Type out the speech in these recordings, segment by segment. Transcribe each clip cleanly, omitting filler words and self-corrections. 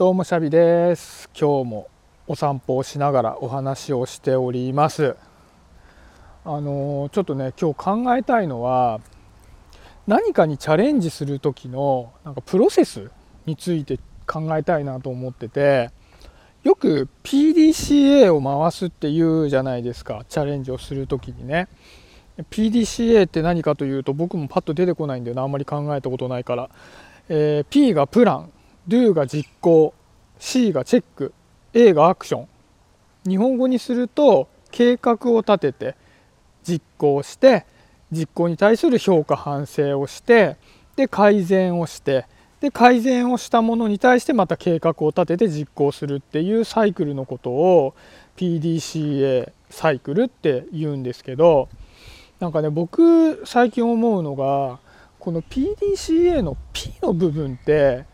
どうもシャビです。今日もお散歩をしながらお話をしております。ちょっとね、今日考えたいのは、何かにチャレンジする時のプロセスについて考えたいなと思ってて、よく PDCA を回すっていうじゃないですか。チャレンジをする時にね。PDCA って何かというと、僕もパッと出てこないんだよな、あんまり考えたことないから。P がプラン、Do が実行、C がチェック、A がアクション。日本語にすると、計画を立てて実行して、実行に対する評価反省をして、で改善をして、で改善をしたものに対してまた計画を立てて実行するっていうサイクルのことを PDCA サイクルって言うんですけど、僕最近思うのが、この PDCA の P の部分って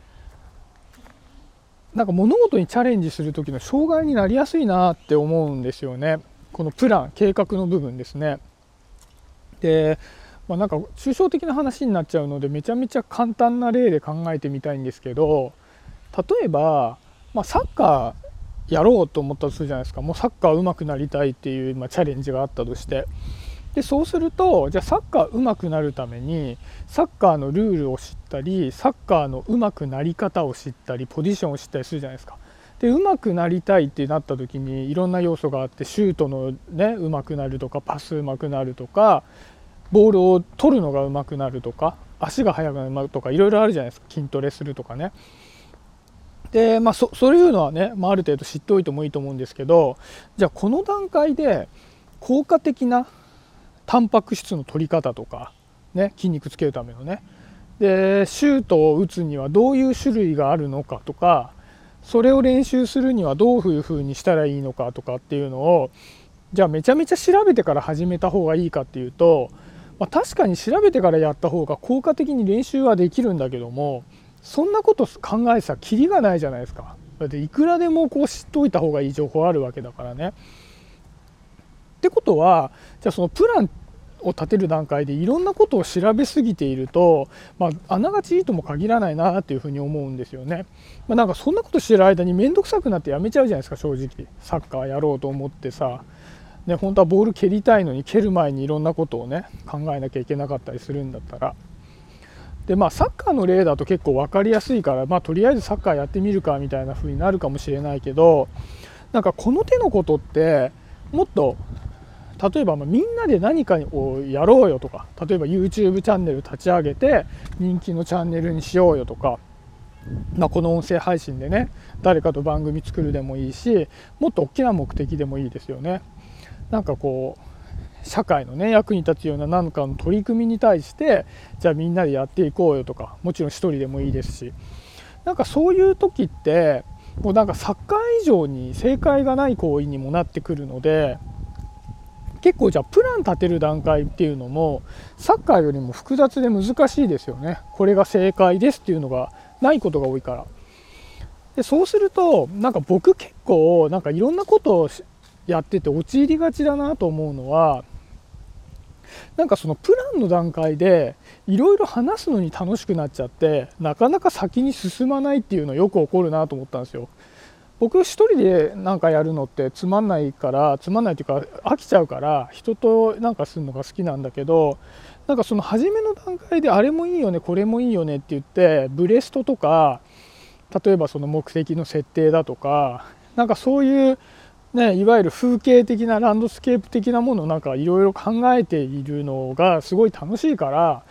物事にチャレンジする時の障害になりやすいなって思うんですよね。このプラン、計画の部分ですね。で、抽象的な話になっちゃうので、めちゃめちゃ簡単な例で考えてみたいんですけど、例えば、サッカーやろうと思ったとするじゃないですか。もうサッカー上手くなりたいっていう、チャレンジがあったとして、でそうすると、じゃあサッカー上手くなるためにサッカーのルールを知ったり、サッカーの上手くなり方を知ったり、ポジションを知ったりするじゃないですか。で上手くなりたいってなった時にいろんな要素があって、シュートのね上手くなるとか、パス上手くなるとか、ボールを取るのが上手くなるとか、足が速くなるとか、いろいろあるじゃないですか。筋トレするとかね。でそういうのはね、ある程度知っておいてもいいと思うんですけど、じゃあこの段階で効果的なタンパク質の取り方とか、ね、筋肉つけるためのね、でシュートを打つにはどういう種類があるのかとか、それを練習するにはどういうふうにしたらいいのかとかっていうのを、じゃあめちゃめちゃ調べてから始めた方がいいかっていうと、確かに調べてからやった方が効果的に練習はできるんだけども、そんなこと考えてたらキリがないじゃないですか。だっていくらでもこう知っておいた方がいい情報あるわけだからね。ってことは、じゃあそのプランを立てる段階でいろんなことを調べすぎていると、あながちいいとも限らないなっていうふうに思うんですよね。そんなことしてる間に面倒くさくなってやめちゃうじゃないですか、正直。サッカーやろうと思ってさ、ね、本当はボール蹴りたいのに、蹴る前にいろんなことをね考えなきゃいけなかったりするんだったら。でサッカーの例だと結構分かりやすいから、とりあえずサッカーやってみるかみたいな風になるかもしれないけど、この手のことってもっと、例えばみんなで何かをやろうよとか、例えば YouTube チャンネル立ち上げて人気のチャンネルにしようよとか、この音声配信でね誰かと番組作るでもいいし、もっと大きな目的でもいいですよね。社会のね役に立つような何かの取り組みに対して、じゃあみんなでやっていこうよとか、もちろん一人でもいいですし、そういう時ってもうサッカー以上に正解がない行為にもなってくるので、結構じゃあプラン立てる段階っていうのもサッカーよりも複雑で難しいですよね。これが正解ですっていうのがないことが多いから。でそうすると僕結構いろんなことをやってて陥りがちだなと思うのは、そのプランの段階でいろいろ話すのに楽しくなっちゃって、なかなか先に進まないっていうのよく起こるなと思ったんですよ。僕一人でやるのってつまんないっていうか飽きちゃうから、人とするのが好きなんだけど、その初めの段階であれもいいよねこれもいいよねって言って、ブレストとか、例えばその目的の設定だとか、そういうね、いわゆる風景的なランドスケープ的なものをいろいろ考えているのがすごい楽しいから、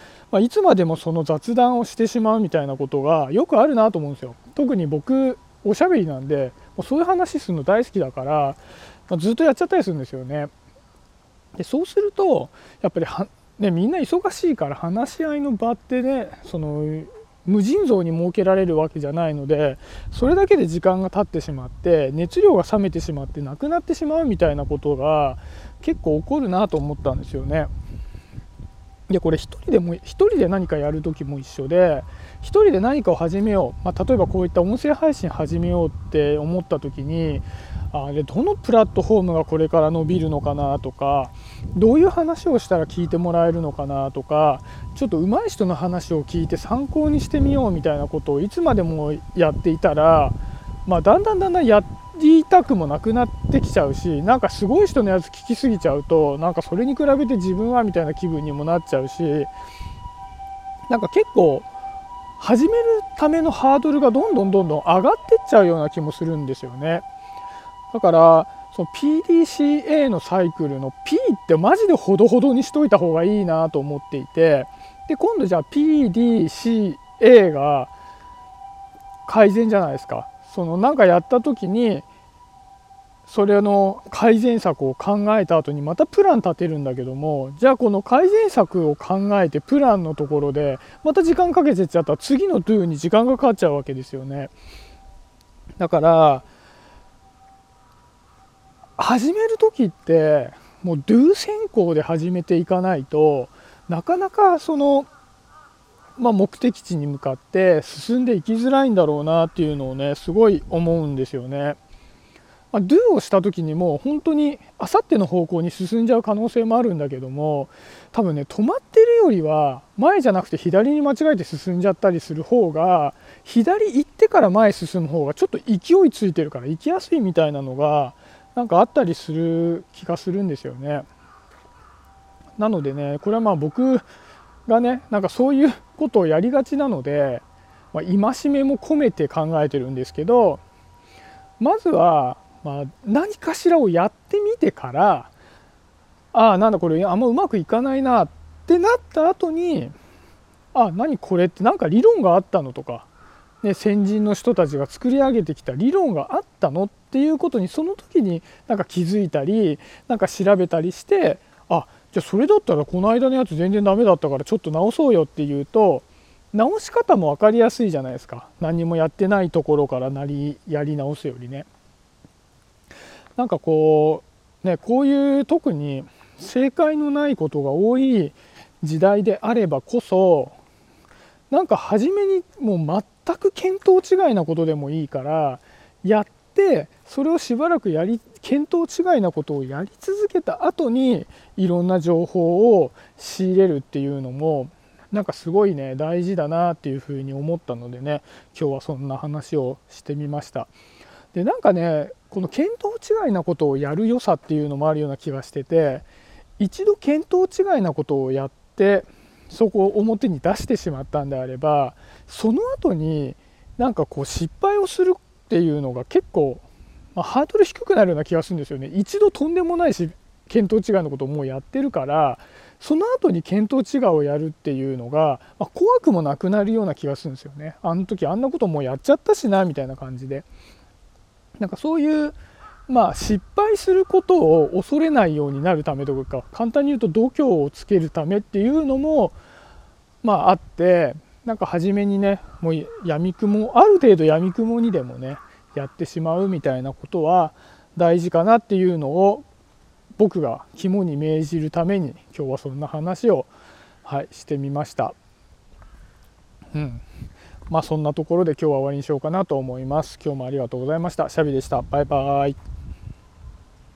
いつまでもその雑談をしてしまうみたいなことがよくあるなと思うんですよ。特に僕おしゃべりなんで、もうそういう話するの大好きだから、ずっとやっちゃったりするんですよね。でそうするとやっぱりみんな忙しいから、話し合いの場ってね、その無尽蔵に設けられるわけじゃないので、それだけで時間が経ってしまって熱量が冷めてしまってなくなってしまうみたいなことが結構起こるなと思ったんですよね。でこれ一人で何かやる時も一緒で、一人で何かを始めよう、例えばこういった音声配信始めようって思った時に、どのプラットフォームがこれから伸びるのかなとか、どういう話をしたら聞いてもらえるのかなとか、ちょっと上手い人の話を聞いて参考にしてみようみたいなことをいつまでもやっていたら、 だんだんやりたくもなくなってきちゃうし、なんかすごい人のやつ聞きすぎちゃうと、なんかそれに比べて自分はみたいな気分にもなっちゃうし、なんか結構始めるためのハードルがどんどん上がってっちゃうような気もするんですよね。だからその PDCA のサイクルの P ってマジでほどほどにしといた方がいいなと思っていて、で今度じゃあ PDCA が改善じゃないですか。そのなんかやった時にそれの改善策を考えた後にまたプラン立てるんだけども、じゃあこの改善策を考えてプランのところでまた時間かけてっちゃったら次の Do に時間がかかっちゃうわけですよね。だから始める時ってもう Do 先行で始めていかないとなかなかその、目的地に向かって進んでいきづらいんだろうなっていうのをねすごい思うんですよね。Do をした時にも本当にあさっての方向に進んじゃう可能性もあるんだけども、多分ね止まってるよりは前じゃなくて左に間違えて進んじゃったりする方が、左行ってから前進む方がちょっと勢いついてるから行きやすいみたいなのがなんかあったりする気がするんですよね。なのでね、これは僕がねなんかそういうことをやりがちなので、戒めも込めて考えてるんですけど、まずは何かしらをやってみてから、なんだこれあんまうまくいかないなってなった後に、何これってなんか理論があったのとか、先人の人たちが作り上げてきた理論があったのっていうことにその時になんか気づいたりなんか調べたりして、じゃあそれだったらこの間のやつ全然ダメだったからちょっと直そうよっていうと、直し方も分かりやすいじゃないですか。何もやってないところからやり直すよりね。なんかこういう特に正解のないことが多い時代であればこそ、なんか初めにもう全く見当違いなことでもいいからやって、それをしばらく見当違いなことをやり続けた後にいろんな情報を仕入れるっていうのもなんかすごいね大事だなっていうふうに思ったのでね、今日はそんな話をしてみました。でなんかねこの見当違いなことをやる良さっていうのもあるような気がしてて、一度見当違いなことをやってそこを表に出してしまったんであれば、その後になんかこう失敗をするっていうのが結構、ハードル低くなるような気がするんですよね。一度とんでもないし見当違いのことをもうやってるから、その後に見当違いをやるっていうのが、怖くもなくなるような気がするんですよね。あの時あんなこともうやっちゃったしなみたいな感じで、なんかそういう失敗することを恐れないようになるためとか、簡単に言うと度胸をつけるためっていうのもあって、なんか初めにねもうある程度闇雲にでもねやってしまうみたいなことは大事かなっていうのを僕が肝に銘じるために今日はそんな話を、してみました。そんなところで今日は終わりにしようかなと思います。今日もありがとうございました。シャビでした。バイバイ。